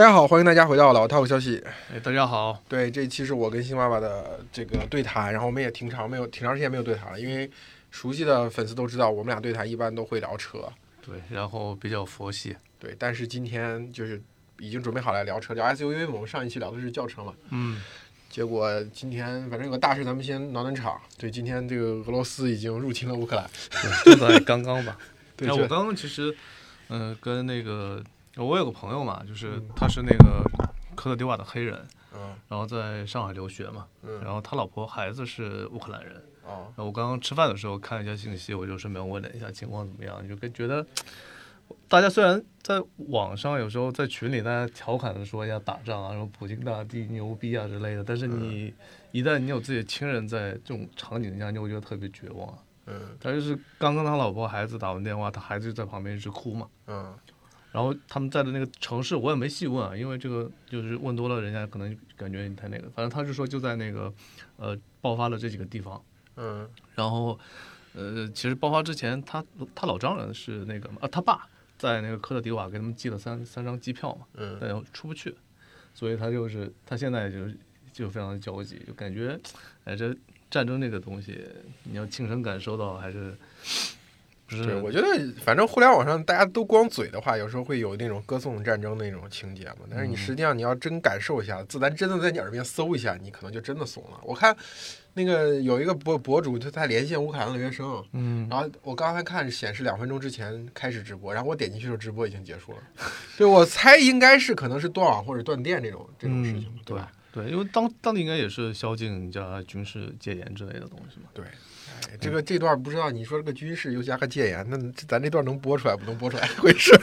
大家好，欢迎大家回到老套消息。 大家好。 对，这一期是我跟新爸爸的这个对谈，然后我们也挺长时间没有对谈了，因为熟悉的粉丝都知道，我们俩对谈一般都会聊车。 对，然后比较佛系。 对，但是今天就是已经准备好来聊车，聊 SUV。我们上一期聊的是轿车嘛，结果今天反正有个大事，咱们先暖暖场。对，今天这个俄罗斯已经入侵了乌克兰， 对，就在刚刚吧。 对， 我刚刚其实，跟那个我有个朋友嘛，就是他是那个科特迪瓦的黑人，然后在上海留学嘛，然后他老婆孩子是乌克兰人。然后我刚刚吃饭的时候看了一下信息，我就顺便问了一下情况怎么样，就觉得大家虽然在网上有时候在群里大家调侃的说要打仗啊，说普京大帝牛逼啊之类的，但是一旦你有自己的亲人在这种场景下，你会觉得特别绝望。他就是刚刚他老婆孩子打完电话，他孩子就在旁边一直哭嘛。然后他们在的那个城市我也没细问啊，因为这个就是问多了人家可能感觉你太那个，反正他就说就在那个爆发了这几个地方。然后其实爆发之前他老丈人是那个他爸在那个科特迪瓦给他们寄了三张机票嘛，但出不去，所以他现在就非常的焦急，就感觉这战争这个东西你要亲身感受到还是不是？ 对，我觉得反正互联网上大家都光嘴的话，有时候会有那种歌颂战争的那种情节嘛。但是你实际上你要真感受一下，咱真的在你耳边搜一下，你可能就真的怂了。我看那个有一个博主，他连线乌克兰的留学生，然后我刚才看显示2分钟之前开始直播，然后我点进去的时候直播已经结束了。对，我猜应该是可能是断网或者断电这种事情，对吧？ 对，因为当地应该也是宵禁加军事戒严之类的东西嘛。 对。这段不知道你说这个军事又加个戒严，那咱这段能播出来不能播出来回事？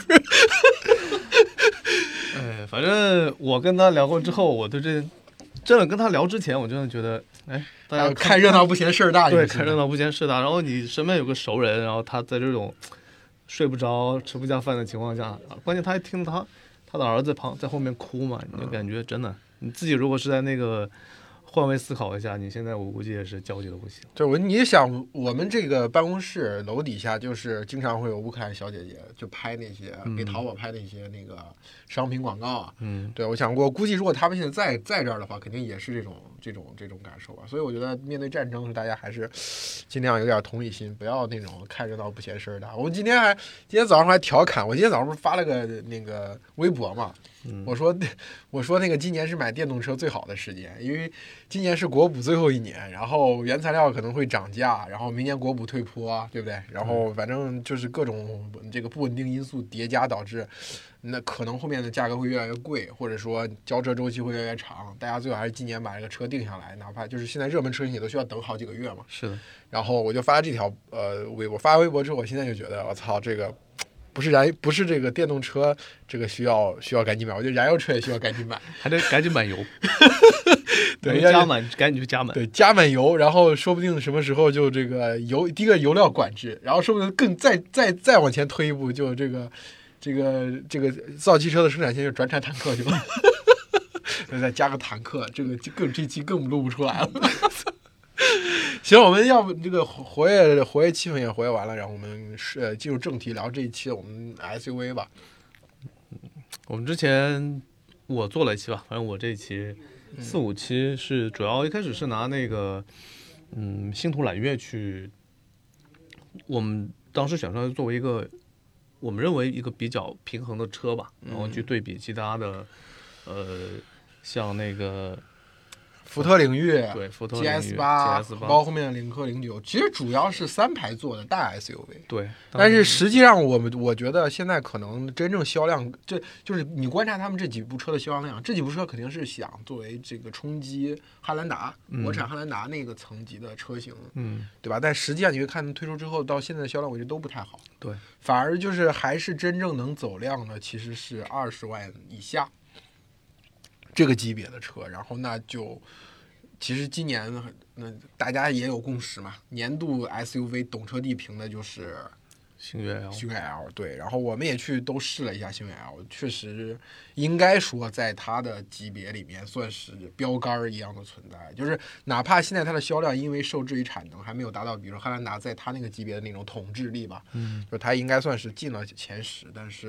反正我跟他聊过之后，我对这真的跟他聊之前，我真的觉得，大家看热闹不嫌事儿大。 对，看热闹不嫌事大。然后你身边有个熟人，然后他在这种睡不着、吃不下饭的情况下，关键他还听他的儿子在后面哭嘛，你就感觉真的，你自己如果是在那个。换位思考一下，你现在我估计也是焦急的不行。 对，你想，我们这个办公室楼底下就是经常会有乌克兰小姐姐就拍那些给淘宝拍那些那个商品广告啊。对，我想过，估计如果他们现在在这儿的话，肯定也是这种感受吧。所以我觉得面对战争，大家还是尽量有点同理心，不要那种看热闹不嫌事儿大。我今天早上还调侃，我今天早上不是发了个那个微博嘛。我说那个今年是买电动车最好的时间，因为今年是国补最后一年，然后原材料可能会涨价，然后明年国补退坡，对不对？然后反正就是各种这个不稳定因素叠加导致，那可能后面的价格会越来越贵，或者说交车周期会越来越长。大家最好还是今年把这个车定下来，哪怕就是现在热门车型也都需要等好几个月嘛。 是的。 然后我就发了这条微博，发微博之后，我现在就觉得我操这个。不是这个电动车，这个需要赶紧买，我觉得燃油车也需要赶紧买， 还得赶紧买油。 对， 加满赶紧去加满。 对，加满油，然后说不定什么时候就这个第一个油料管制，然后说不定更再往前推一步，就这个造汽车的生产线就转产坦克去了，再加个坦克，这期更录不出来了。行，我们要不这个活跃气氛也活跃完了，然后我们进入正题，聊这一期的我们 SUV 吧。 我们之前我做了一期吧，反正我这一期4、5期是主要一开始是拿那个星途揽月去，我们当时选出来作为一个我们认为一个比较平衡的车吧，然后去对比其他的像那个。 福特领域， 对，福特 GS8，包括后面的领克09，其实主要是3排座的大 SUV。 对， 但是实际上我觉得现在可能真正销量，就是你观察他们这几部车的销量，这几部车肯定是想作为这个冲击汉兰达，国产汉兰达那个层级的车型，对吧？但实际上你会看他们推出之后到现在的销量，我觉得都不太好。 对， 反而就是还是真正能走量的，其实是20万以下。这个级别的车，然后那就其实今年那大家也有共识嘛，年度 SUV 懂车帝评的就是星越 L， 对，然后我们也去都试了一下星越 L， 确实应该说在它的级别里面算是标杆一样的存在，就是哪怕现在它的销量因为受制于产能还没有达到，比如汉兰达在它那个级别的那种统治力吧，就是它应该算是进了前10，但是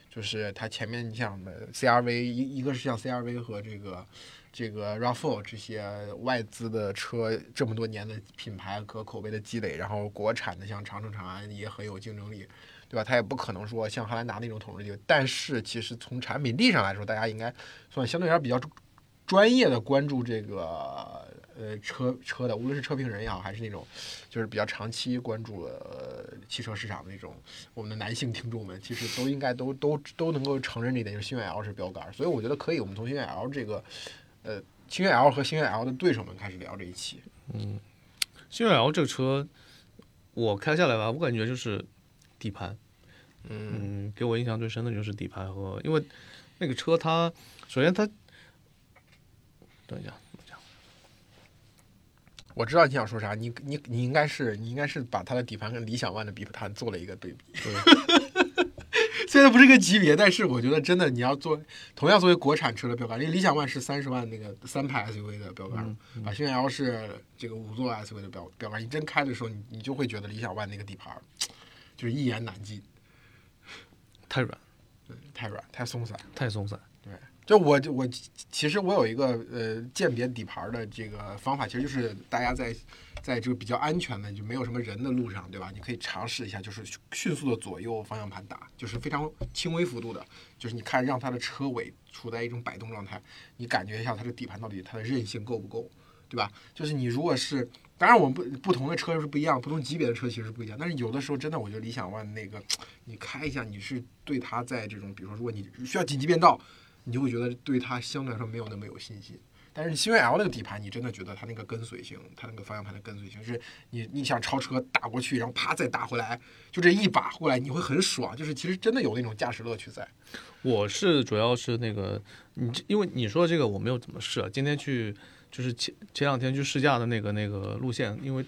就是它前面你像CRV 一个是像 CRV 和这个 RAV4 这些外资的车这么多年的品牌和口碑的积累，然后国产的像长城、长安也很有竞争力，对吧？它也不可能说像汉兰达那种统治地位，但是其实从产品力上来说，大家应该算相对来说比较专业的关注这个车的，无论是车评人也好，还是那种就是比较长期关注汽车市场的那种我们的男性听众们，其实都应该都能够承认这一点，就是星越 L 是标杆。所以我觉得可以，我们从星越 L 这个星越 L 和星越 L 的对手们开始聊这一期。 星越 L 这个车我开下来吧，我感觉就是底盘，给我印象最深的就是底盘和，因为那个车它首先它，等一下怎么讲？ 我知道你想说啥，你应该是把它的底盘跟理想 ONE 的底盘做了一个对比。虽然不是一个级别，但是我觉得真的你要同样作为国产车的标杆，因为理想 ONE 是30万那个3排 SUV 的标杆，把星越 L 是这个5座 SUV 的标杆，你真开的时候你就会觉得理想 ONE 那个底盘就是一言难尽， 太软， 对，太软，太松散，对。就我其实我有一个鉴别底盘的这个方法，其实就是大家在这个比较安全的就没有什么人的路上，对吧？你可以尝试一下，就是迅速的左右方向盘打，就是非常轻微幅度的，就是你看让它的车尾处在一种摆动状态，你感觉一下它的底盘到底它的韧性够不够，对吧？就是你如果是，当然我们不同的车是不一样，不同级别的车其实是不一样，但是有的时候真的我觉得理想 ONE 那个你开一下，你是对它在这种比如说如果你需要紧急变道，你就会觉得对它相对来说没有那么有信心。但是星越 L 那个底盘，你真的觉得它那个跟随性，它那个方向盘的跟随性，是你想超车打过去，然后啪再打回来，就这一把过来，你会很爽，就是其实真的有那种驾驶乐趣在。 我是主要是那个因为你说这个我没有怎么试啊，今天去就是前两天去试驾的那个路线，因为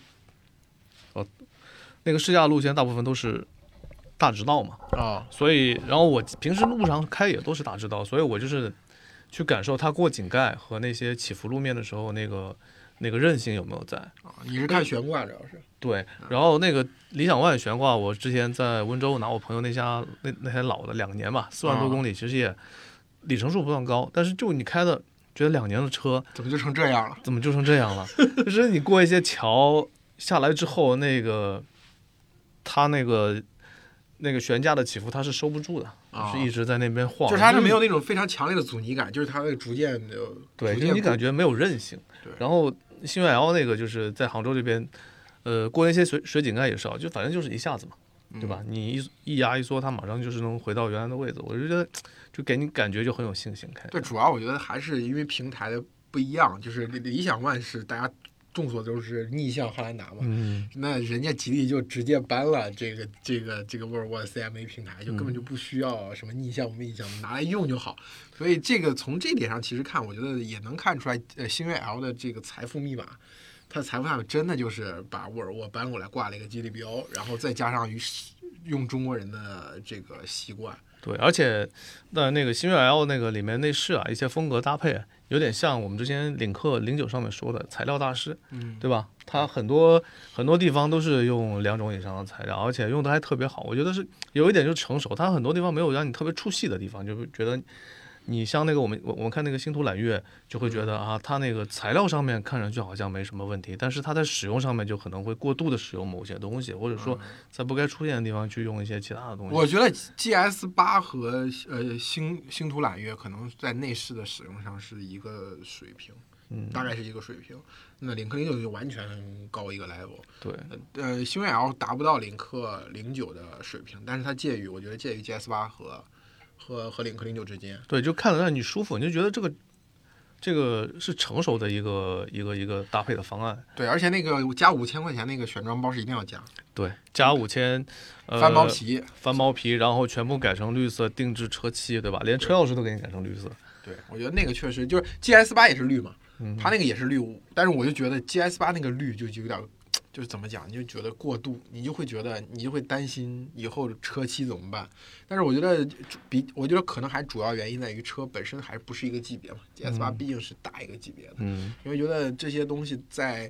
那个试驾路线大部分都是大直道嘛，所以然后我平时路上开也都是大直道，所以我就是去感受它过井盖和那些起伏路面的时候那个韧性有没有在。 你是看悬挂主要是？ 对，然后那个理想 ONE 悬挂，我之前在温州拿我朋友那台老的2年吧，4万多公里，其实也里程数不算高，但是就你开的觉得2年的车怎么就成这样了？ 就是你过一些桥下来之后，它那个悬架的起伏它是收不住的，是一直在那边晃， 就是它是没有那种非常强烈的阻尼感，就是它会逐渐对，就是你感觉没有韧性。然后星越 L 那个就是在杭州这边，过那些水井盖也是，就反正就是一下子嘛，对吧？你一压一缩，它马上就是能回到原来的位置，我就觉得就给你感觉就很有信心开。 对，主要我觉得还是因为平台的不一样，就是理想 ONE 是大家众所周知逆向汉兰达嘛，那人家吉利就直接搬了这个沃尔沃 CMA 平台，就根本就不需要什么逆向不逆向，拿来用就好。所以这个从这点上其实看，我觉得也能看出来，星越 L 的这个财富密码，它的财富密码真的就是把沃尔沃搬过来挂了一个吉利标，然后再加上用中国人的这个习惯。 对，而且那个星越 L 那个里面内饰啊，一些风格搭配，有点像我们之前领克09上面说的材料大师，对吧？它很多地方都是用2种以上的材料，而且用的还特别好。我觉得是有一点就成熟，它很多地方没有让你特别出戏的地方，就觉得你像那个我们看那个星途揽月，就会觉得啊，它那个材料上面看上去好像没什么问题，但是它在使用上面就可能会过度的使用某些东西，或者说在不该出现的地方去用一些其他的东西。 我觉得 GS8 和星途揽月可能在内饰的使用上是一个水平，大概是一个水平。那领克09就完全高一个 level。 对， 星越 L 达不到领克09的水平，但是它我觉得介于 GS8 和领克09之间。 对，就看得让你舒服，你就觉得这个是成熟的一个搭配的方案。 对，而且那个加5000块钱那个选装包是一定要加。 对，加5000，翻毛皮，然后全部改成绿色，定制车漆，对吧？连车钥匙都给你改成绿色。 对，我觉得那个确实就是 GS8 也是绿嘛，它那个也是绿，但是我就觉得 GS8 那个绿就有点。就是怎么讲，你就觉得过度，你就会担心以后车漆怎么办。但是我觉得可能还主要原因在于车本身还不是一个级别嘛，GS8 毕竟是大一个级别的，因为觉得这些东西在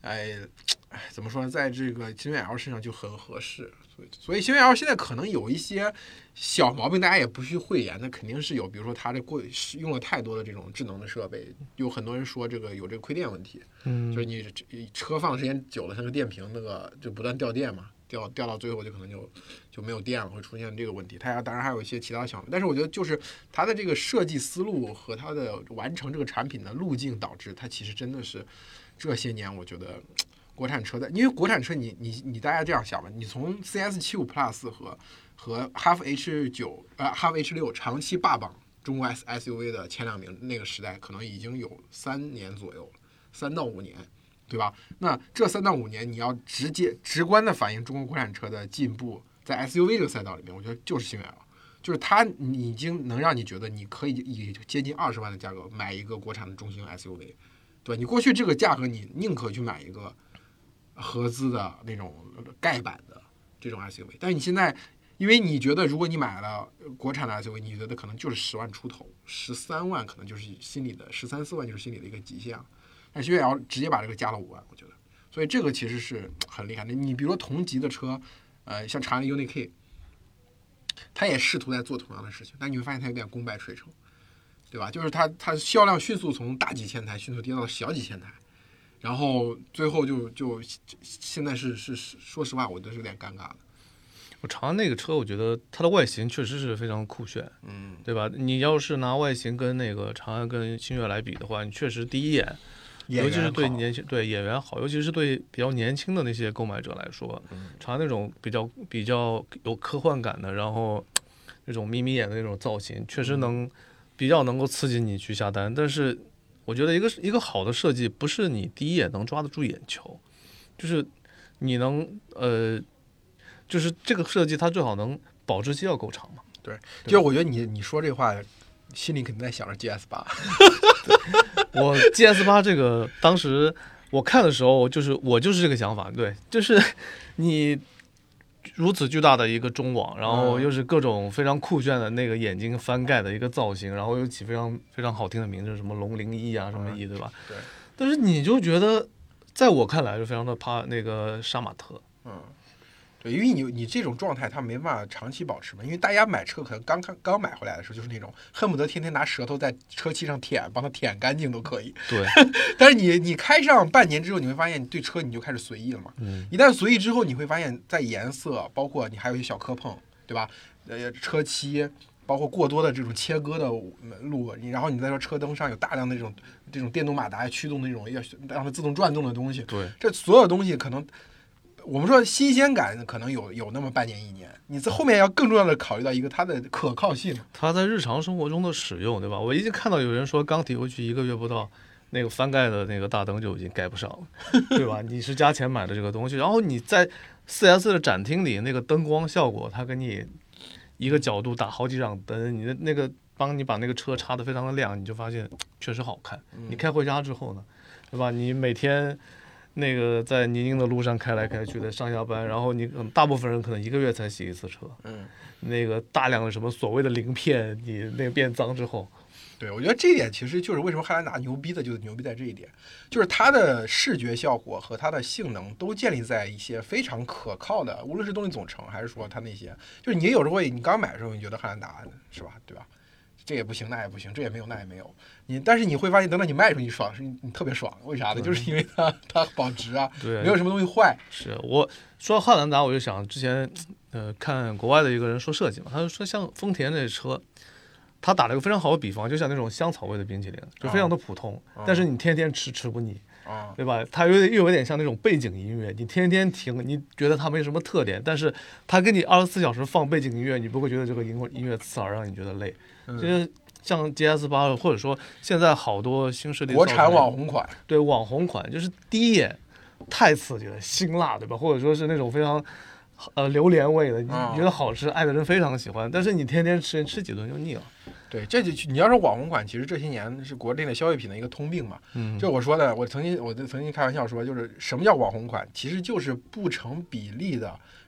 怎么说呢，在这个新月 L 身上就很合适。所以新月 L 现在可能有一些小毛病，大家也不需讳言，那肯定是有，比如说它用了太多的这种智能的设备，有很多人说这个有这个亏电问题，就是你车放时间久了，它这个电瓶那个就不断掉电嘛，掉到最后就可能就没有电了，会出现这个问题。它当然还有一些其他小毛病，但是我觉得就是它的这个设计思路和它的完成这个产品的路径，导致它其实真的是这些年我觉得。国产车因为国产车你大家这样想吧，你从 CS75 Plus 和哈弗 哈弗 H6 长期霸榜中国 SUV 的前2名，那个时代可能已经有3年左右，3到5年，对吧？那这3到5年你要直观的反映中国国产车的进步，在 SUV 这个赛道里面，我觉得就是新月 L， 就是它已经能让你觉得你可以以接近20万的价格买一个国产的中型 SUV， 对，你过去这个价格你宁可去买一个合资的那种盖板的这种 SUV， 但是你现在，因为你觉得如果你买了国产的 SUV， 你觉得可能就是10万出头，13万可能就是心里的13、14万就是心里的一个极限了。但新月 L 直接把这个加了5万，我觉得，所以这个其实是很厉害的。你比如说同级的车，像长安 UNI-K， 它也试图在做同样的事情，但你会发现它有点功败垂成，对吧？就是它销量迅速从大几千台迅速跌到小几千台。然后最后就现在是说实话，我觉得是有点尴尬的。 我长安那个车，我觉得它的外形确实是非常酷炫，对吧？你要是拿外形跟那个长安跟星越来比的话，你确实第一眼，尤其是对演员好，尤其是对比较年轻的那些购买者来说，长安那种比较有科幻感的，然后那种眯眯眼的那种造型，确实比较能够刺激你去下单，但是。我觉得一个好的设计不是你第一眼能抓得住眼球，就是你能就是这个设计它最好能保质期要够长嘛。 对，就是我觉得你说这话，心里肯定在想着 GS8。 我 GS8 这个当时我看的时候，我就是这个想法，对，就是你。如此巨大的一个中网，然后又是各种非常酷炫的那个眼睛翻盖的一个造型，然后又起非常非常好听的名字，什么龙灵翼啊，什么翼，对吧？ 对。 但是你就觉得，在我看来是非常的怕那个杀马特。 对，因为你这种状态，它没办法长期保持嘛。因为大家买车可能刚买回来的时候，就是那种恨不得天天拿舌头在车漆上舔，帮它舔干净都可以。 对。 但是你开上半年之后，你会发现对车你就开始随意了嘛。一旦随意之后，你会发现在颜色，包括你还有一些小磕碰，对吧？车漆，包括过多的这种切割的路，然后你再说车灯上有大量的这种电动马达驱动的那种要让它自动转动的东西。 对。 这所有东西可能。我们说新鲜感可能有那么半年1年，你在后面要更重要的考虑到一个它的可靠性， 它在日常生活中的使用，对吧？我已经看到有人说刚提回去1个月不到，那个翻盖的那个大灯就已经盖不上了，对吧？你是加钱买的这个东西，然后你在 4S 的展厅里那个灯光效果，它给你一个角度打好几盏灯，你的那个帮你把那个车插得非常的亮，你就发现确实好看。你开回家之后呢，对吧？你每天。那个在泥泞的路上开来开去的上下班，然后你大部分人可能1个月才洗一次车，那个大量的什么所谓的鳞片，你那个变脏之后， 对，我觉得这一点其实就是为什么汉兰达牛逼的，就是牛逼在这一点，就是它的视觉效果和它的性能都建立在一些非常可靠的，无论是动力总成还是说它那些，就是你有时候你刚买的时候你觉得汉兰达是吧，对吧？这也不行，那也不行，这也没有，那也没有。但是你会发现，等到你卖出去爽，你特别爽，为啥呢？就是因为它保值啊， 对， 没有什么东西坏。 是我说到汉兰达，我就想之前看国外的一个人说设计嘛，他就说像丰田这车，他打了一个非常好的比方，就像那种香草味的冰淇淋，就非常的普通，但是你天天吃不腻。对吧？它又有点像那种背景音乐，你天天听，你觉得它没什么特点，但是它给你24小时放背景音乐，你不会觉得这个音乐刺耳让你觉得累。就是像 GS8 或者说现在好多新势力国产网红款， 对网红款，就是第一眼太刺激了，辛辣，对吧？或者说是那种非常榴莲味的，你觉得好吃，爱的人非常喜欢，但是你天天吃几顿就腻了。 对，这就你要说网红款，其实这些年是国内的消费品的一个通病嘛。就我说的，我曾经开玩笑说，就是什么叫网红款，其实就是不成比例的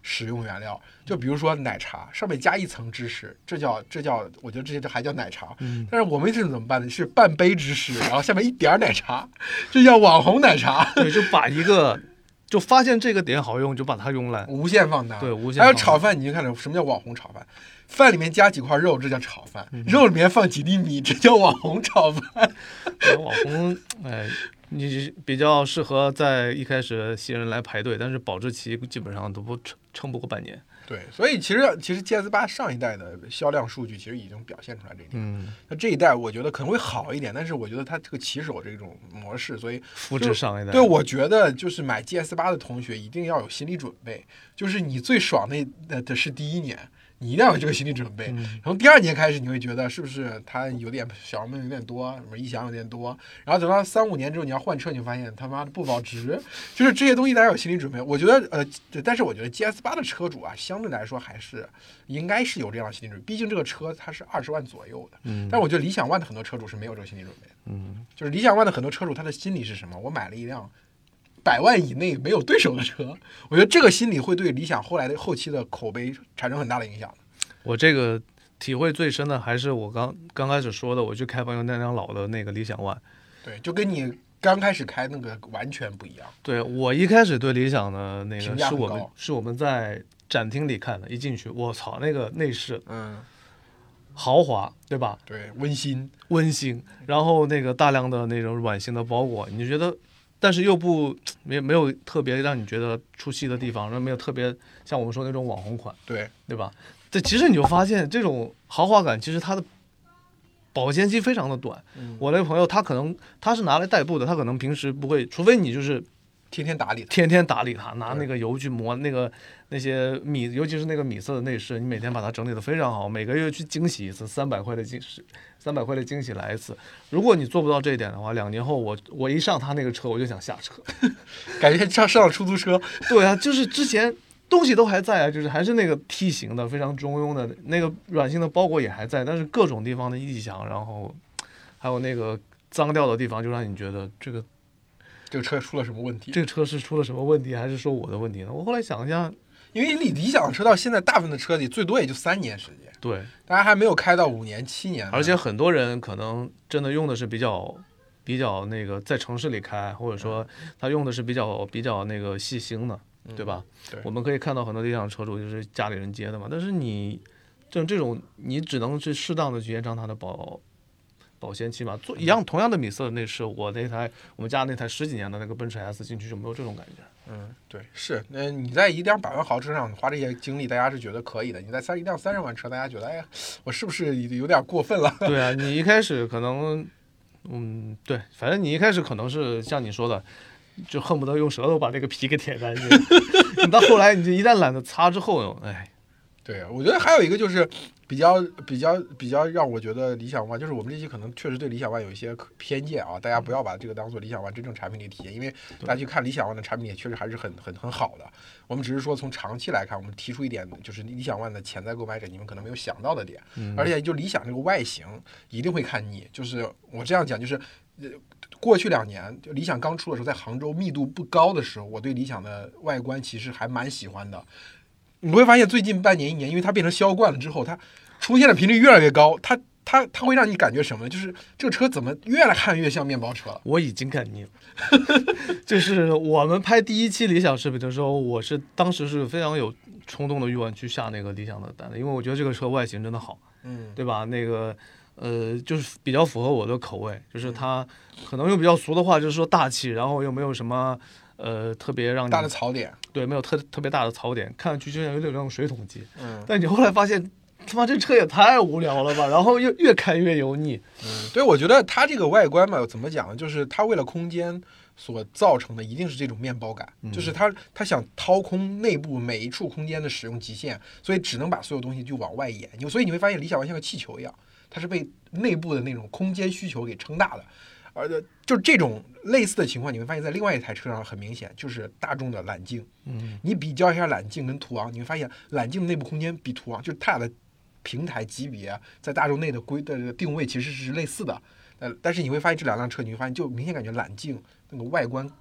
使用原料，就比如说奶茶上面加一层芝士，这叫，我觉得这还叫奶茶。但是我们是怎么办呢？是半杯芝士，然后下面一点奶茶，这叫网红奶茶。 对，就把一个就发现这个点好用，就把它用来无限放大。 对，无限。 还有炒饭，你就看着什么叫网红炒饭？饭里面加几块肉，这叫炒饭；肉里面放几粒米，这叫网红炒饭。 网红，你比较适合在一开始新人来排队，但是保质期基本上都撑不过半年。 对，所以其实 GS8 上一代的销量数据其实已经表现出来这一点。那这一代我觉得可能会好一点，但是我觉得它这个骑手这种模式，所以复制上一代。 对，我觉得就是买 GS8 的同学一定要有心理准备，就是你最爽的是第一年。你一定要有这个心理准备，然后第二年开始你会觉得是不是它有点小人们有点多，什么异响有点多，然后等到3-5年之后你要换车，你就发现他妈的不保值，就是这些东西大家有心理准备。我觉得但是我觉得 GS8 的车主啊，相对来说还是应该是有这样的心理准备，毕竟这个车它是20万左右的。但是我觉得理想ONE的很多车主是没有这个心理准备的。就是理想ONE的很多车主他的心理是什么？我买了一辆100万以内没有对手的车，我觉得这个心理会对理想后期的口碑产生很大的影响的。 我这个体会最深的还是我刚开始说的，我去开朋友那辆老的那个理想ONE，对， 就跟你刚开始开那个完全不一样。 对，我一开始对理想的那个是我们在展厅里看的，一进去我操，那个内饰豪华，对吧？ 对，温馨， 然后那个大量的那种软性的包裹，你就觉得。但是又没有特别让你觉得出戏的地方，然后没有特别像我们说那种网红款，对吧？这其实你就发现这种豪华感，其实它的保鲜期非常的短。我那个朋友他是拿来代步的，他可能平时不会，除非你就是天天打理它， 拿那个油去磨那些米，尤其是那个米色的内饰，你每天把它整理得非常好，每个月去清洗一次，300块的清洗来一次。如果你做不到这一点的话，2年后我一上他那个车我就想下车， 感觉上了出租车。 对啊，就是之前东西都还在啊，就是还是那个梯形的非常中庸的那个软性的包裹也还在，但是各种地方的异响，然后还有那个脏掉的地方，就让你觉得这个车出了什么问题？ 这个车是出了什么问题，还是说我的问题呢？我后来想一下， 因为理想车到现在大部分的车里最多也就3年时间， 对， 大家还没有开到5年7年， 而且很多人可能真的用的是比较那个在城市里开，或者说他用的是比较那个细心的，对吧？ 对， 我们可以看到很多理想车主就是家里人接的嘛，但是你这种你只能去适当的去延长它的保鲜期嘛，同样的米色的内饰，我们家那台10几年的那个奔驰 S 进去就没有这种感觉。 对，是，你在一辆100万豪车上花这些精力，大家是觉得可以的。你在一辆30万车，大家觉得，哎呀，我是不是有点过分了？ 对啊，你一开始可能，对，反正你一开始可能是像你说的，就恨不得用舌头把这个皮给舔干净。你到后来，你就一旦懒得擦之后，哎。 对，我觉得还有一个就是比较让我觉得理想ONE，就是我们这期可能确实对理想ONE有一些偏见啊，大家不要把这个当做理想ONE真正产品力体验，因为大家去看理想ONE的产品也确实还是很好的。我们只是说从长期来看，我们提出一点就是理想ONE的潜在购买者你们可能没有想到的点，而且就理想这个外形一定会看腻。就是我这样讲，就是过去2年就理想刚出的时候，在杭州密度不高的时候，我对理想的外观其实还蛮喜欢的。你会发现最近半年1年，因为它变成销冠了之后，它出现的频率越来越高，它会让你感觉什么呢？就是这个车怎么越来看越像面包车了。 我已经看腻了。就是我们拍第1期理想视频的时候，当时是非常有冲动的欲望去下那个理想的单的，因为我觉得这个车外形真的好，对吧？那个就是比较符合我的口味，就是它可能用比较俗的话，就是说大气，然后又没有什么特别让你大的槽点， 对，没有特别大的槽点，看上去就像有点那种水桶机。但你后来发现，他妈这车也太无聊了吧，然后又越开越油腻。 对，我觉得它这个外观嘛，怎么讲呢？就是它为了空间所造成的一定是这种面包感，就是它想掏空内部每一处空间的使用极限，所以只能把所有东西就往外延。所以你会发现理想ONE像个气球一样，它是被内部的那种空间需求给撑大的。就这种类似的情况，你会发现在另外一台车上很明显，就是大众的揽境。你比较一下揽境跟途昂，你会发现揽境的内部空间比途昂，就是它俩的平台级别在大众内的定位其实是类似的。但是你会发现这2辆车，你会发现就明显感觉揽境那个外观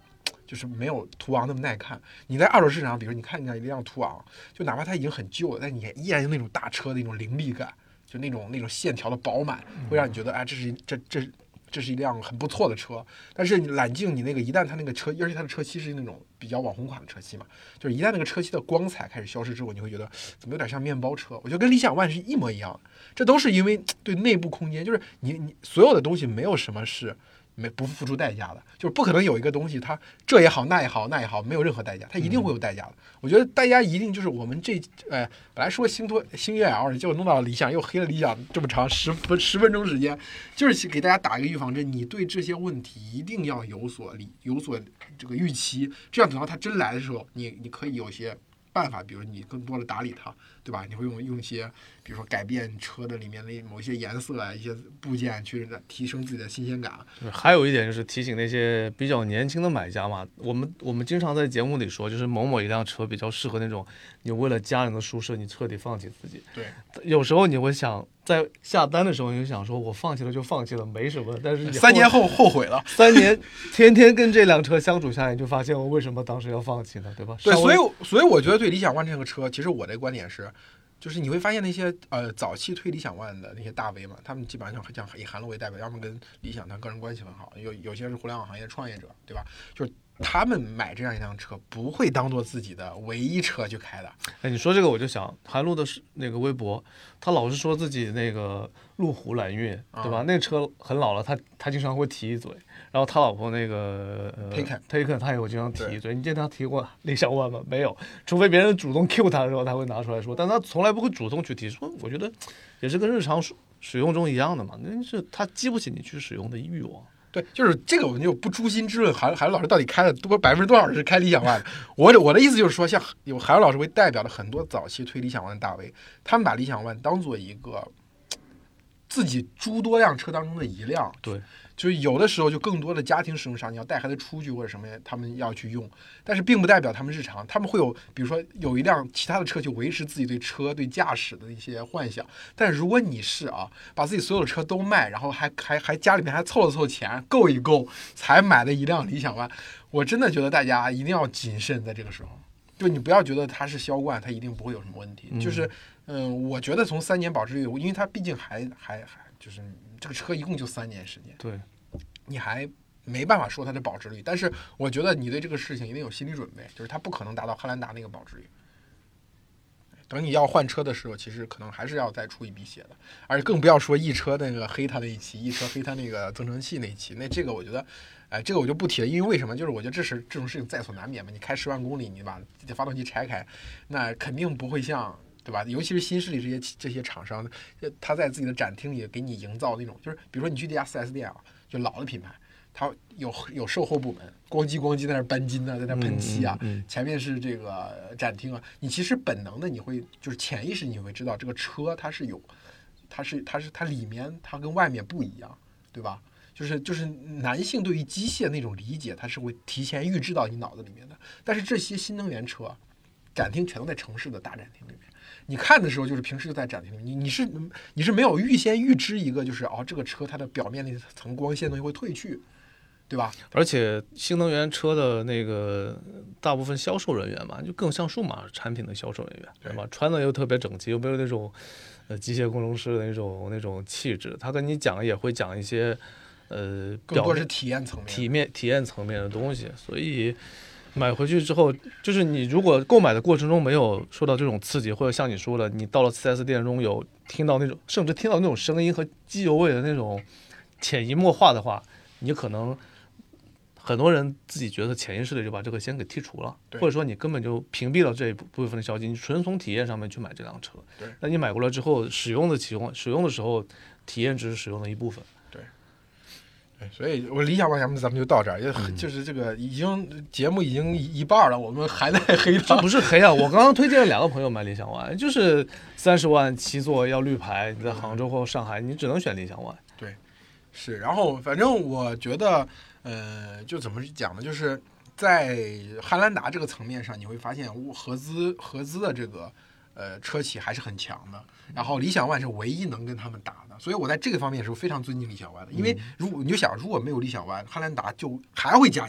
就是没有途昂那么耐看。你在二手市场，比如你看一辆途昂，就哪怕它已经很旧了，但你依然有那种大车的那种凌厉感，就那种线条的饱满，会让你觉得哎，这是一辆很不错的车。但是你揽境，你那个一旦它那个车，而且它的车漆是那种比较网红款的车漆嘛，就是一旦那个车漆的光彩开始消失之后，你会觉得怎么有点像面包车。我觉得跟理想ONE是一模一样的，这都是因为对内部空间，就是你所有的东西没有什么是不付出代价的，就是不可能有一个东西它这也好那也好没有任何代价，它一定会有代价的。我觉得代价一定就是我们本来说星越 L 就弄到了理想，又黑了理想这么长10分钟时间，就是给大家打一个预防针，你对这些问题一定要有所这个预期，这样等到它真来的时候，你可以有些办法，比如你更多的打理它，对吧？你会用一些，比如说改变车的里面的某一些颜色啊，一些部件去提升自己的新鲜感。 还有一点就是提醒那些比较年轻的买家嘛，我们经常在节目里说，就是某一辆车比较适合那种你为了家人的舒适，你彻底放弃自己。 对， 有时候你会想，在下单的时候你就想说，我放弃了就放弃了，没什么。但是 3年后后悔了 ，3年天天跟这辆车相处下来，你就发现我为什么当时要放弃呢？对吧？ 对，所以我觉得对理想ONE这个车，其实我的观点是，就是你会发现那些早期推理想ONE的那些大 V 嘛，他们基本上像以韩露为代表，要么跟理想他个人关系很好，有些是互联网行业创业者，对吧？就是他们买这样一辆车不会当做自己的唯一车去开的。 哎，你说这个我就想韩露的那个微博，他老是说自己那个路虎揽运，对吧？那车很老了，他经常会提一嘴。然后他老婆那个Taken 他也会经常提一嘴。你见他提过理想ONE吗？没有，除非别人主动 Q 他的时候，他会拿出来说，但他从来不会主动去提。说我觉得也是跟日常使用中一样的嘛，那是他激不起你去使用的欲望。 对，就是这个我们就不诛心之论韩露老师到底开了多少是开理想ONE的。我的意思就是说，像有韩露老师为代表的很多早期推理想ONE的大 V，他们把理想ONE当做一个自己诸多辆车当中的一辆。 对， 就是有的时候就更多的家庭使用上，你要带孩子出去或者什么，他们要去用，但是并不代表他们日常，他们会有比如说有一辆其他的车去维持自己对车对驾驶的一些幻想。但如果你是把自己所有的车都卖，然后还家里面还凑了凑钱够一够才买的一辆理想ONE，我真的觉得大家一定要谨慎在这个时候。就你不要觉得它是销冠，它一定不会有什么问题。就是我觉得从3年保值率，因为它毕竟还就是这个车一共就3年时间， 对， 你还没办法说它的保值率。但是我觉得你对这个事情一定有心理准备，就是它不可能达到汉兰达那个保值率。等你要换车的时候，其实可能还是要再出一笔血的，而且更不要说易车那个黑它那一期，易车黑它那个增程器那一期，那这个我觉得，这个我就不提了，因为为什么？就是我觉得这种事情在所难免嘛。你开10万公里，你把发动机拆开，那肯定不会像，对吧？尤其是新势力这些厂商，他在自己的展厅里给你营造那种，就是比如说你去这家 4S 店就老的品牌，它有售后部门，咣叽在那搬筋呢，在那喷漆前面是这个展厅你其实本能的你会就是潜意识你会知道这个车它里面它跟外面不一样，对吧？就是男性对于机械那种理解，它是会提前预知到你脑子里面的。但是这些新能源车展厅全都在城市的大展厅里面，你看的时候就是平时就在展厅里，你是没有先预知一个就是这个车它的表面那层光线东西会褪去，对吧？ 而且新能源车的那个大部分销售人员嘛，就更像数码产品的销售人员，对吧？穿的又特别整齐，又没有那种机械工程师的那种气质。他跟你讲也会讲一些更多是体验层面的东西。所以买回去之后，就是你如果购买的过程中没有受到这种刺激，或者像你说的，你到了 4S 店中有听到那种，甚至听到那种声音和机油味的那种潜移默化的话，你可能很多人自己觉得潜意识里就把这个先给剔除了，或者说你根本就屏蔽了这一部分的消息，你纯从体验上面去买这辆车。 对， 那你买过来之后，使用的时候，体验只是使用的一部分。 所以我理想ONE咱们就到这儿，就是这个节目已经一半了，我们还在黑它。 这不是黑啊！我刚刚推荐了2个朋友买理想ONE，就是30万7座要绿牌，你在杭州或上海，你只能选理想ONE。 对，是。然后反正我觉得，就怎么讲呢？就是在汉兰达这个层面上，你会发现合资的这个车企还是很强的。然后理想ONE是唯一能跟他们打的，所以我在这个方面是非常尊敬理想ONE的。因为你就想，如果没有理想ONE，汉兰达就还会加价，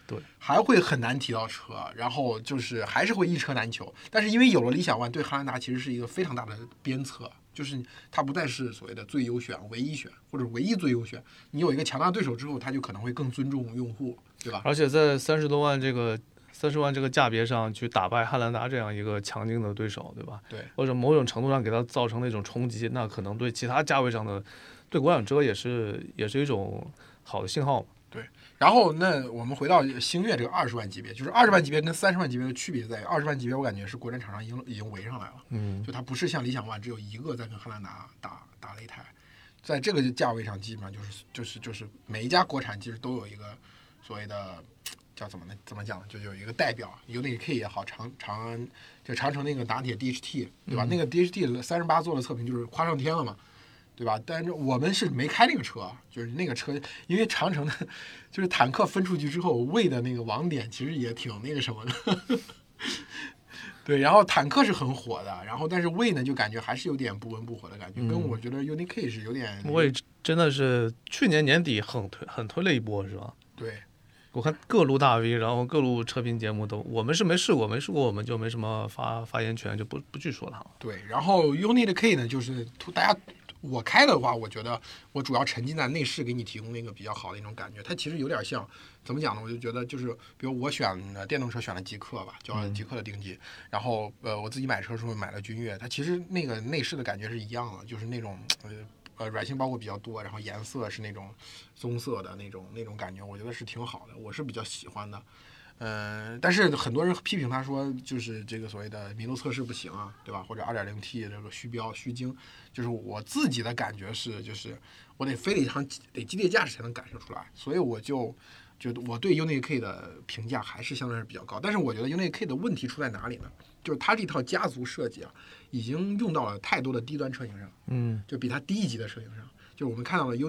对， 还会很难提到车，然后就是还是会一车难求。但是因为有了理想ONE，对汉兰达其实是一个非常大的鞭策，就是它不再是所谓的最优选、唯一选或者唯一最优选，你有一个强大对手之后，它就可能会更尊重用户，对吧？ 而且在30万这个价别上去打败汉兰达这样一个强劲的对手，对吧？ 对， 或者某种程度上给它造成那种冲击，那可能对其他价位上的对国产车也是一种好的信号。 对，然后那我们回到星越这个20万级别，就是20万级别跟30万级别的区别在于，20万级别我感觉是国产厂商已经围上来了，就它不是像理想ONE只有一个在跟汉兰达打擂台，在这个价位上基本上就是每一家国产其实都有一个所谓的叫怎么讲，就有一个代表，UNI-K 也好，长安就长城那个打铁 DHT 对吧？那个 DHT 38做了测评就是夸上天了嘛。对吧？但是我们是没开那个车，就是那个车，因为长城的，就是坦克分出去之后，魏的那个网点其实也挺那个什么的，对。然后坦克是很火的，然后但是魏呢就感觉还是有点不温不火的感觉，跟我觉得 UNI-K 是有点。 魏真的是去年年底很推了一波，是吧？ 对， 我看各路大 V，然后各路车评节目都，我们是没试过我们就没什么发言权，就不去说它了。 对，然后 UNI-K 呢，就是大家。我开的话，我觉得我主要沉浸在内饰给你提供那个比较好的一种感觉。它其实有点像怎么讲呢？我就觉得就是，比如我选电动车选了极客吧，叫极客的定级。然后我自己买车的时候买了君越，它其实那个内饰的感觉是一样的，就是那种软性包裹比较多，然后颜色是那种棕色的那种感觉，我觉得是挺好的，我是比较喜欢的。但是很多人批评他说，就是这个所谓的麋鹿测试不行啊，对吧？或者 2.0T 这个虚标虚惊，就是我自己的感觉是，就是我非得激烈驾驶才能感受出来，所以我就我对 UNI-K 的评价还是相对是比较高。但是我觉得 UNI-K 的问题出在哪里呢？就是它这套家族设计啊，已经用到了太多的低端车型上，就比它低一级的车型上。就是我们看到了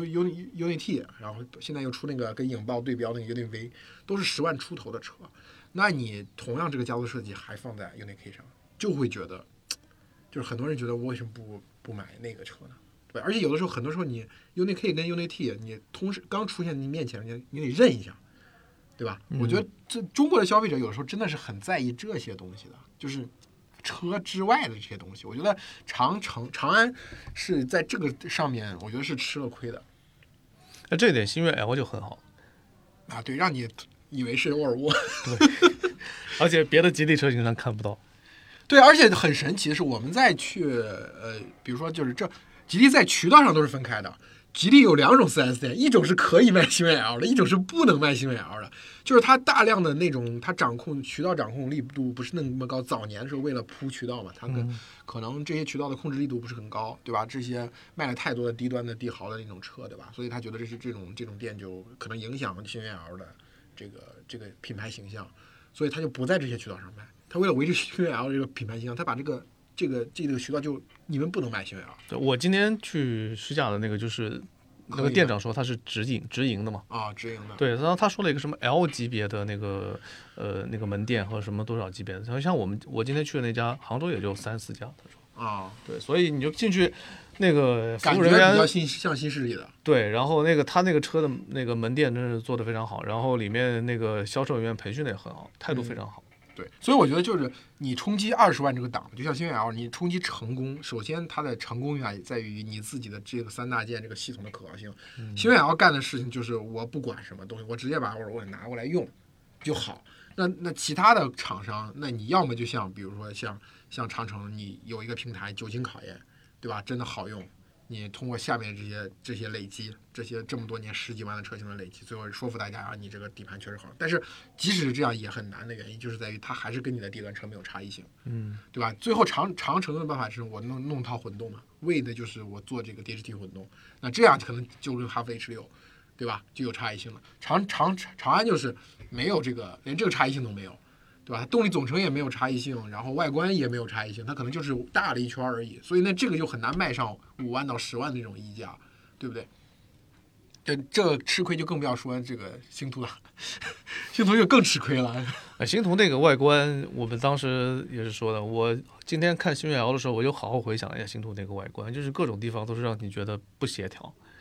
UNI-T， 然后现在又出那个跟影豹对标那个 UNI-V， 都是10万出头的车。那你同样这个家族设计还放在 UNI-K 上，就会觉得，就是很多人觉得我为什么不买那个车呢？对，而且有的时候很多时候你 UNI-K 跟 UNI-T 你同时刚出现你面前，你得认一下，对吧？我觉得这中国的消费者有时候真的是很在意这些东西的，就是车之外的这些东西。我觉得长安是在这个上面，我觉得是吃了亏的。 那这点星越 L 就很好啊，对，让你以为是沃尔沃， 对，而且别的吉利车型上看不到。 对，而且很神奇的是，我们再去比如说就是这吉利在渠道上都是分开的。吉利有2种 4S 店，一种是可以卖星越 L 的，一种是不能卖星越 L 的。就是它大量的那种，它渠道掌控力度不是那么高。早年的时候为了铺渠道嘛，它可能这些渠道的控制力度不是很高，对吧？这些卖了太多的低端的帝豪的那种车，对吧？所以他觉得这种店就可能影响星越 L 的这个品牌形象，所以他就不在这些渠道上卖。他为了维持星越 L 这个品牌形象，他把这个渠道就你们不能卖星越 L。 对，我今天去试驾的那个就是那个店长说他是直营的嘛， 直营的。 对，然后他说了一个什么 L 级别的那个门店和什么多少级别的，像我今天去的那家杭州也就3-4家，他说对，所以你就进去那个服务人员感觉比较像新势力的。 对，然后他那个车的那个门店真是做得非常好，然后里面那个销售人员培训的也很好，态度非常好。 对，所以我觉得就是你冲击20万这个档，就像星越 L， 你冲击成功，首先它的成功在于你自己的这个3大件这个系统的可靠性。星越 L 干的事情就是我不管什么东西，我直接把我拿过来用就好。那其他的厂商，那你要么就像比如说像长城，你有一个平台久经考验，对吧？真的好用。你通过下面这些累积，这么多年10几万的车型的累积，最后说服大家啊，你这个底盘确实好。但是即使是这样也很难的原因，就是在于它还是跟你的低端车没有差异性，对吧？最后长城的办法是我弄套混动嘛，为的就是我做这个 DHT 混动，那这样可能就跟哈弗 H6，对吧？就有差异性了。长安就是没有连这个差异性都没有。对吧？动力总成也没有差异性，然后外观也没有差异性，它可能就是大了一圈而已，所以这个就很难卖上5万到10万的那种溢价，对不对？这吃亏就更不要说这个星途了，星途就更吃亏了。 星途那个外观，我们当时也是说的，我今天看星越 L 的时候，我就好好回想一下星途那个外观，就是各种地方都是让你觉得不协调。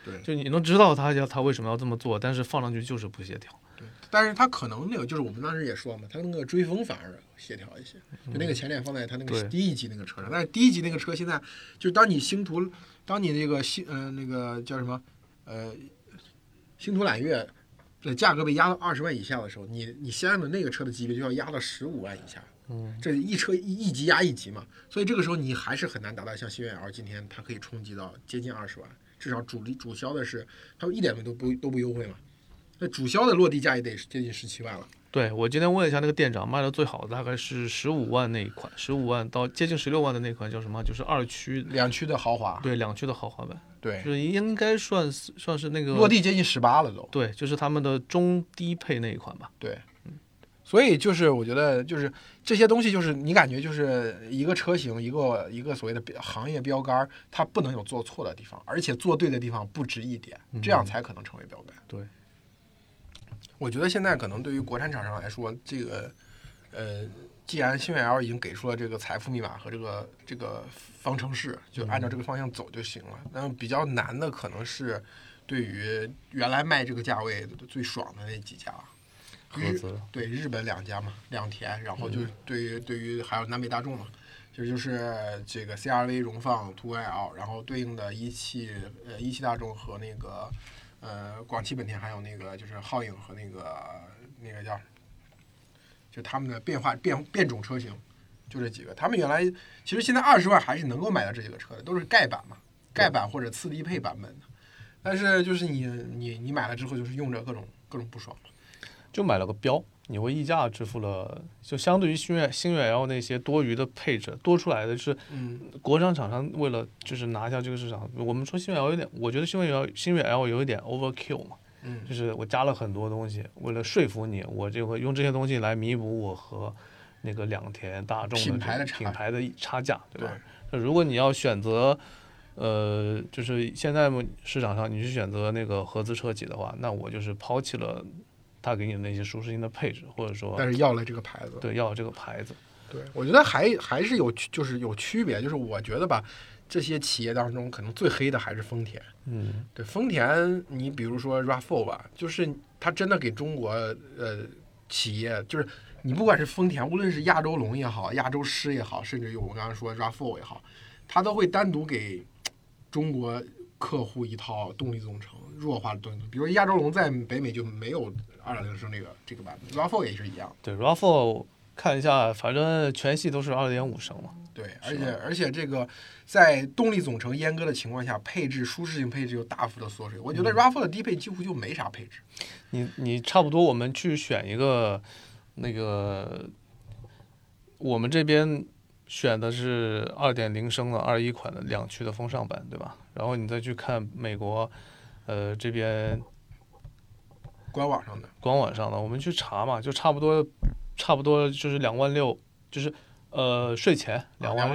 对， 就你能知道他为什么要这么做，但是放上去就是不协调。 对，但是他可能那个就是我们当时也说嘛，他那个追风反而协调一些，就那个前脸放在他那个第一级那个车上，但是第一级那个车现在就当你那个那个叫什么星途揽月的价格被压到20万以下的时候，你相应的那个车的级别就要压到15万以下。这一车一级压一级嘛，所以这个时候你还是很难达到像星越 L 今天它可以冲击到接近20万，至少主销的是它一点都不优惠嘛，那主销的落地价也得接近17万了。 对，我今天问一下那个店长，卖的最好的大概是15万那一款，15万到接近16万的那款叫什么？就是两驱的豪华。对，两驱的豪华版。 对， 就是应该算是那个落地接近18了都。 对，就是他们的中低配那一款吧。 对。所以就是我觉得就是这些东西就是你感觉就是一个车型一个所谓的行业标杆，它不能有做错的地方，而且做对的地方不止一点，这样才可能成为标杆。 对， 我觉得现在可能对于国产厂商来说，这个既然星越 L 已经给出了这个财富密码和这个方程式，就按照这个方向走就行了。那比较难的可能是对于原来卖这个价位最爽的那几家。对，日本2家嘛，两田，然后就是对于还有南北大众嘛，就是这个 CRV、荣放、途观 L， 然后对应的一汽大众和那个广汽本田，还有那个就是皓影和那个叫就他们的变种车型，就这几个。他们原来其实现在20万还是能够买到这几个车的，都是盖版嘛，盖版或者次低配版本的。但是就是你买了之后，就是用着各种不爽。 就买了个标，你为溢价支付了，就相对于星越 L 那些多余的配置多出来的是，国产厂商为了就是拿下这个市场，我们说星越 L 有点，我觉得星越 L 有一点 overkill 嘛，就是我加了很多东西，为了说服你，我就会用这些东西来弥补我和那个两田大众的品牌的差价，对吧？对。如果你要选择，就是现在市场上你去选择那个合资车企的话，那我就是抛弃了他给你的那些舒适性的配置，或者说， 但是要了这个牌子， 对，要了这个牌子， 对，我觉得还是有区别，就是我觉得吧，这些企业当中可能最黑的还是丰田，对，丰田，你比如说 RAV4 吧，就是他真的给中国企业，就是你不管是丰田，无论是亚洲龙也好，亚洲狮也好，甚至于我们刚刚说 RAV4 也好，他都会单独给中国客户一套动力总成弱化的动力，比如亚洲龙在北美就没有2.0升这个版本 ，RAV4 也是一样。 对 ，RAV4 看一下，反正全系都是2.5升嘛。 对，而且这个在动力总成阉割的情况下，舒适性配置又大幅的缩水。我觉得 RAV4 的低配几乎就没啥配置。 你差不多，我们去选一个那个，我们这边选的是2.0升的21款的两驱的风尚版，对吧？然后你再去看美国，这边官网上的，我们去查嘛，就差不多就是2万6，就是税前2万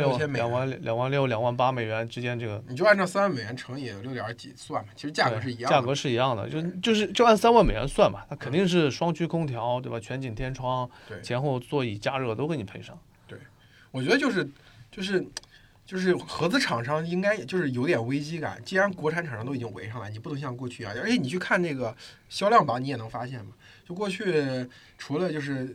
6、2万8美元之间，这个你就按照3万美元乘以6点几算吧，其实价格是一样的。 价格是一样的，就按3万美元算吧，它肯定是双区空调，对吧？全景天窗，前后座椅加热都给你配上。 对，我觉得就是合资厂商应该就是有点危机感，既然国产厂商都已经围上来，你不能像过去一样，而且你去看那个销量榜，你也能发现嘛，就过去除了就是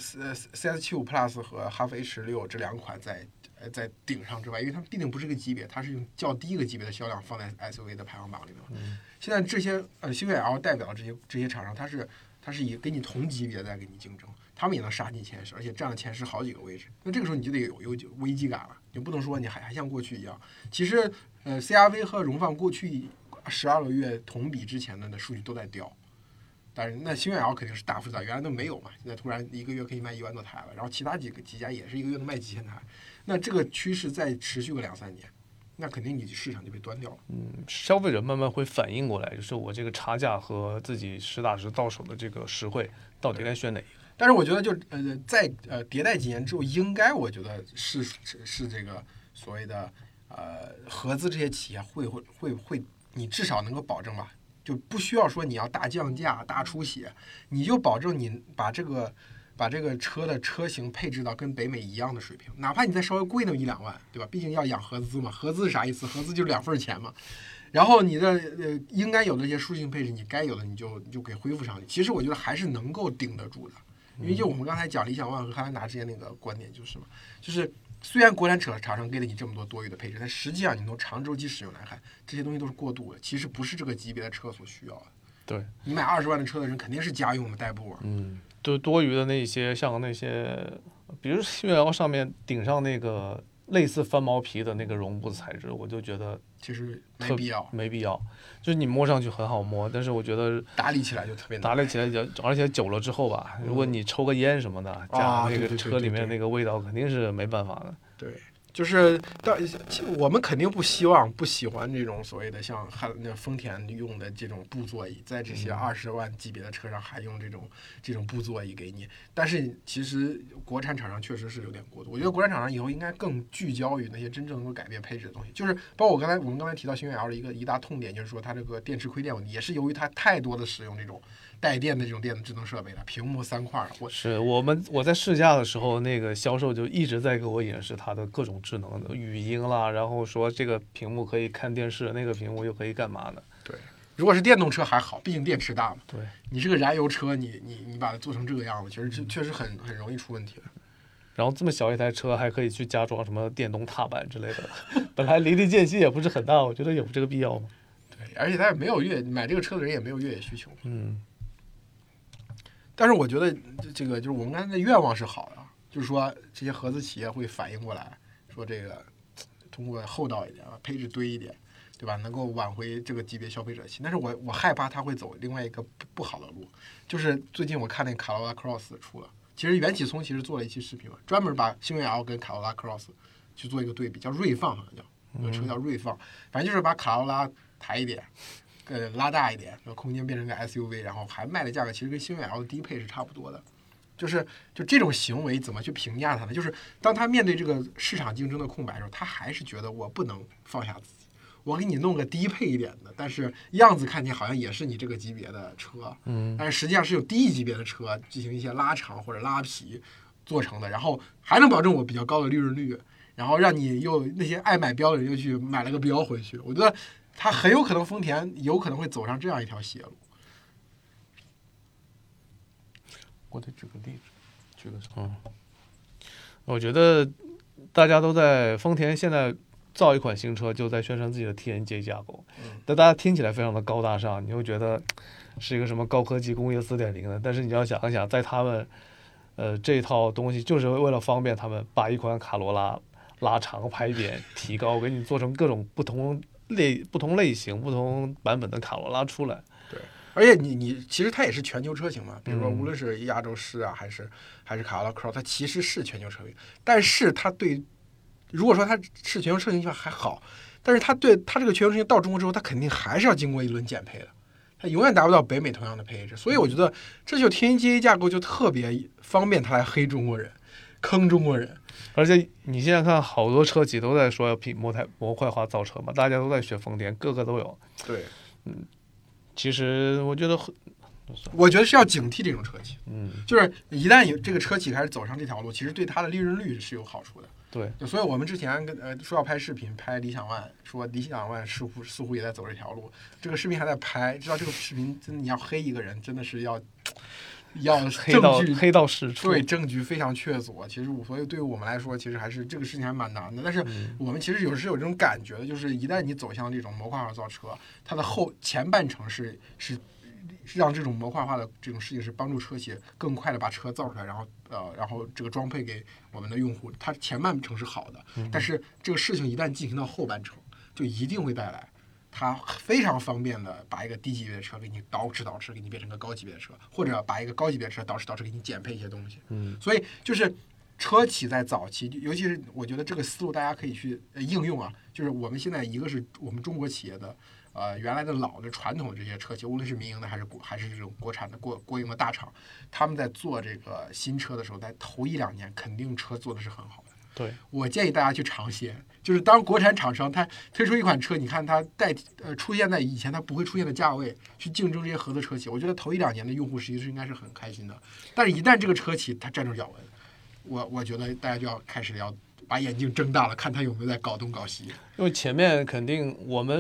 CS75 Plus 和哈弗 H6 这2款在顶上之外，因为它毕竟不是个级别，它是用较低一个级别的销量放在 SUV 的排行榜里面。现在这些星越 L 代表这些厂商，它是以跟你同级别在跟你竞争，他们也能杀进前10，而且占了前10好几个位置。那这个时候你就得有危机感了，你不能说你还像过去一样。其实CRV 和荣放过去12个月同比之前的那数据都在掉，但是那星越 L 肯定是大幅增长，原来都没有嘛，现在突然一个月可以卖1万多台了，然后其他几家也是一个月能卖几千台，那这个趋势再持续个2-3年，那肯定你市场就被端掉了。 消费者慢慢会反应过来，就是我这个差价和自己实打实到手的这个实惠到底该选哪一个。 但是我觉得在迭代几年之后，应该我觉得是这个所谓的合资这些企业会你至少能够保证吧，就不需要说你要大降价大出血，你就保证你把这个车的车型配置到跟北美一样的水平，哪怕你再稍微贵那么1-2万，对吧？毕竟要养合资嘛，合资是啥意思？合资就是2份钱嘛。 然后你的应该有的一些舒适性配置，你该有的你就给恢复上去。其实我觉得还是能够顶得住的，因为就我们刚才讲理想ONE和汉兰达之间那个观点就是嘛，就是虽然国产厂商给了你这么多多余的配置，但实际上你从长周期使用来看，这些东西都是过度的，其实不是这个级别的车所需要的。 对， 你买20万的车的人肯定是家用的代步。 就多余的那些，像那些，比如星越 L 上面顶上那个类似翻毛皮的那个绒布材质，我就觉得其实没必要， 就是你摸上去很好摸，但是我觉对打理起来就特别难， 打理起来而且久了之后吧，如果你抽个烟什么的，加那个车里面那个味道肯定是没办法的。 对。就是我们肯定不喜欢这种所谓的像丰田用的这种布座椅，在这些20万级别的车上还用这种布座椅给你。但是其实国产厂商确实是有点过度，我觉得国产厂商以后应该更聚焦于那些真正能够改变配置的东西。就是包括我们刚才提到星越 L 的一大痛点，就是说它这个电池亏电问题，也是由于它太多的使用这种带电的这种电子智能设备了，屏幕3块。 我在试驾的时候，那个销售就一直在给我演示它的各种智能的语音啦，然后说这个屏幕可以看电视，那个屏幕又可以干嘛呢？ 对，如果是电动车还好，毕竟电池大嘛。 对， 你是个燃油车，你把它做成这个样子，确实很容易出问题的。 然后这么小一台车还可以去加装什么电动踏板之类的，本来离地间隙也不是很大，我觉得有这个必要吗？ 对，而且他也没有买这个车的人也没有越野需求。但是我觉得这个就是我们刚才的愿望是好的，就是说这些合资企业会反应过来，说这个通过厚道一点配置堆一点，对吧？能够挽回这个级别消费者心。但是我害怕他会走另外一个不好的路，就是最近我看那卡罗拉 Cross 出了，其实袁启聪其实做了一期视频嘛，专门把星越 L 跟卡罗拉 Cross 去做一个对比，叫锐放，好像叫有个车叫锐放，反正就是把卡罗拉抬一点。拉大一点，空间变成个 SUV， 然后还卖的价格其实跟星越 L 的低配是差不多的。就这种行为怎么去评价它呢？就是当他面对这个市场竞争的空白的时候，他还是觉得我不能放下自己，我给你弄个低配一点的，但是样子看起来好像也是你这个级别的车，但是实际上是有低一级别的车进行一些拉长或者拉皮做成的，然后还能保证我比较高的利润率，然后让你又那些爱买标的人又去买了个标回去。我觉得他很有可能丰田有可能会走上这样一条邪路。 我得举个例子，我觉得大家都在丰田现在造一款新车，就在宣传自己的 TNGA 架构，但大家听起来非常的高大上，你会觉得是一个什么高科技工业4.0的，但是你要想一想，在他们这套东西就是为了方便他们把一款卡罗拉拉长拍扁提高，给你做成各种不同类型不同版本的卡罗拉出来。 对，而且你其实它也是全球车型嘛，比如说无论是亚洲狮啊，还是卡罗拉 Cross， 它其实是全球车型，但是它如果说它是全球车型就还好，但是它这个全球车型到中国之后，它肯定还是要经过一轮减配的，它永远达不到北美同样的配置。所以我觉得这就 TNGA 架构就特别方便它来黑中国人，坑中国人。 而且你现在看好多车企都在说要模块化造车嘛，大家都在学丰田，个个都有。 对， 其实我觉得是要警惕这种车企，就是一旦有这个车企开始走上这条路，其实对它的利润率是有好处的。 对， 所以我们之前说要拍视频，拍理想ONE，说理想ONE似乎也在走这条路，这个视频还在拍，知道这个视频真的你要黑一个人，真的是要黑到实处， 对，证据非常确凿。其实所以对于我们来说，其实还是这个事情还蛮难的。但是我们其实有这种感觉的，就是一旦你走向这种模块化造车，它的前半程是让这种模块化的这种事情是帮助车企更快的把车造出来，然后这个装配给我们的用户。它前半程是好的，但是这个事情一旦进行到后半程，就一定会带来它非常方便的把一个低级别的车给你捯饬给你变成个高级别的车，或者把一个高级别的车捯饬给你减配一些东西。所以就是车企在早期，尤其是我觉得这个思路大家可以去应用啊，就是我们现在一个是我们中国企业的原来的老的传统的这些车企，无论是民营的还是这种国产的国营的大厂，他们在做这个新车的时候，在头1-2年肯定车做的是很好的。 对， 我建议大家去尝鲜，就是当国产厂商它推出一款车，你看它出现在以前它不会出现的价位，去竞争这些合资车企，我觉得头1-2年的用户实际是应该是很开心的。但是，一旦这个车企它站住脚稳，我觉得大家就要开始要把眼睛睁大了，看它有没有在搞东搞西。 因为前面肯定我们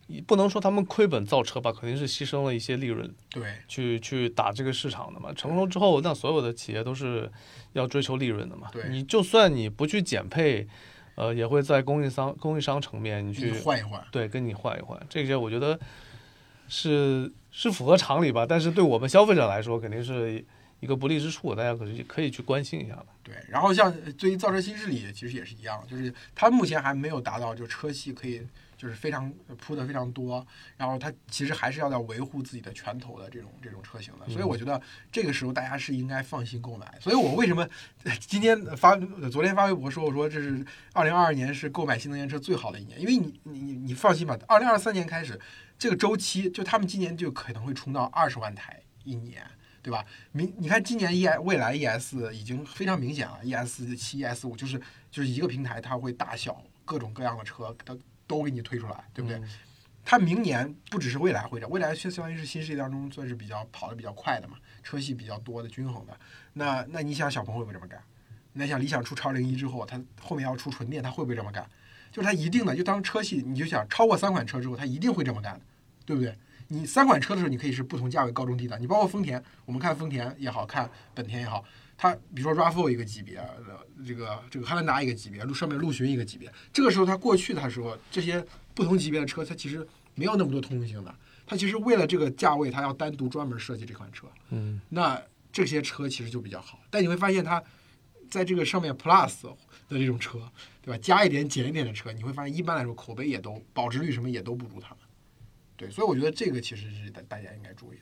不能说他们亏本造车吧，肯定是牺牲了一些利润， 对， 去打这个市场的嘛。成熟之后，那所有的企业都是要追求利润的嘛。 对， 你就算你不去减配，也会在供应商层面你去换一换， 对，跟你换一换，这些我觉得是符合常理吧。但是对我们消费者来说，肯定是一个不利之处，大家可以去关心一下的。 对，然后像对于造车新势力，其实也是一样，就是它目前还没有达到就车系可以就是非常铺的非常多，然后它其实还是要维护自己的拳头的这种车型的，所以我觉得这个时候大家是应该放心购买。所以我为什么昨天发微博说，我说这是2022年是购买新能源车最好的一年，因为你放心吧，2023年开始这个周期，就他们今年就可能会冲到20万台一年。对吧？你看今年蔚来 ES 已经非常明显了 ，ES7、ES5就是一个平台，它会大小各种各样的车，它都给你推出来，对不对？它明年不只是蔚来会这样，蔚来相当于是新势力当中算是跑得比较快的嘛，车系比较多的均衡的。那你想小鹏会不会这么干？那想理想出超01之后，它后面要出纯电，它会不会这么干？就是它一定的，就当车系，你就想超过3款车之后，它一定会这么干的，对不对？你3款车的时候，你可以是不同价位高中低档。你包括丰田，我们看丰田也好看本田也好，它比如说 RAV4 一个级别，这个汉兰达一个级别，上面陆巡一个级别。这个时候它过去的时候，这些不同级别的车，它其实没有那么多通用性的。它其实为了这个价位，它要单独专门设计这款车。那这些车其实就比较好。但你会发现它在这个上面 Plus 的这种车，对吧？加一点减一点的车，你会发现一般来说口碑也都保值率什么也都不如他们。对，所以我觉得这个其实是大家应该注意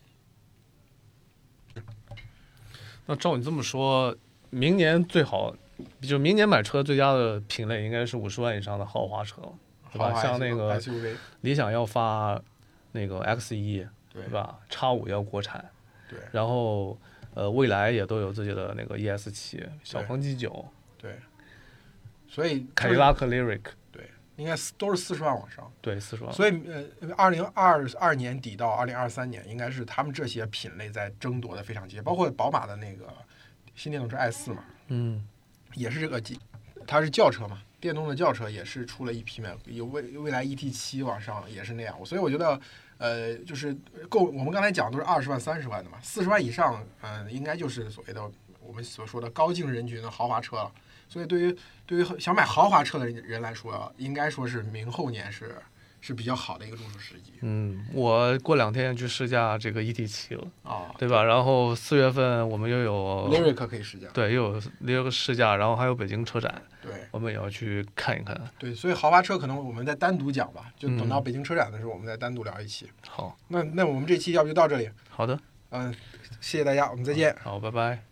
的。那照你这么说，明年最好，就明年买车最佳的品类应该是50万以上的豪华车，对吧？像那个 SUV， 理想要发那个 X1，对吧？X5要国产， 对， 然后蔚来也都有自己的那个 ES7，小鹏 G9， 对，所以凯迪拉克 Lyric。 应该都是40万往上， 对，40万。 所以2022年底到2023年，应该是他们这些品类在争夺的非常激烈，包括宝马的那个新电动车 i4嘛，也是这个它是轿车嘛，电动的轿车也是出了一批嘛，有蔚来 ET7往上也是那样，所以我觉得就是我们刚才讲都是20万、30万的嘛，40万以上，应该就是所谓的我们所说的高净人群的豪华车了。所以对于想买豪华车的人来说，应该说是明后年是比较好的一个入手时机。 我过2天去试驾这个 ET7了对吧？然后4月份我们又有 Lyric 可以试驾， 对，又有 Lyric 试驾，然后还有北京车展， 对， 我们也要去看一看。 对，所以豪华车可能我们再单独讲吧，就等到北京车展的时候，我们再单独聊一期。 好， 那我们这期要不就到这里。 好的， 谢谢大家，我们再见。 好，拜拜。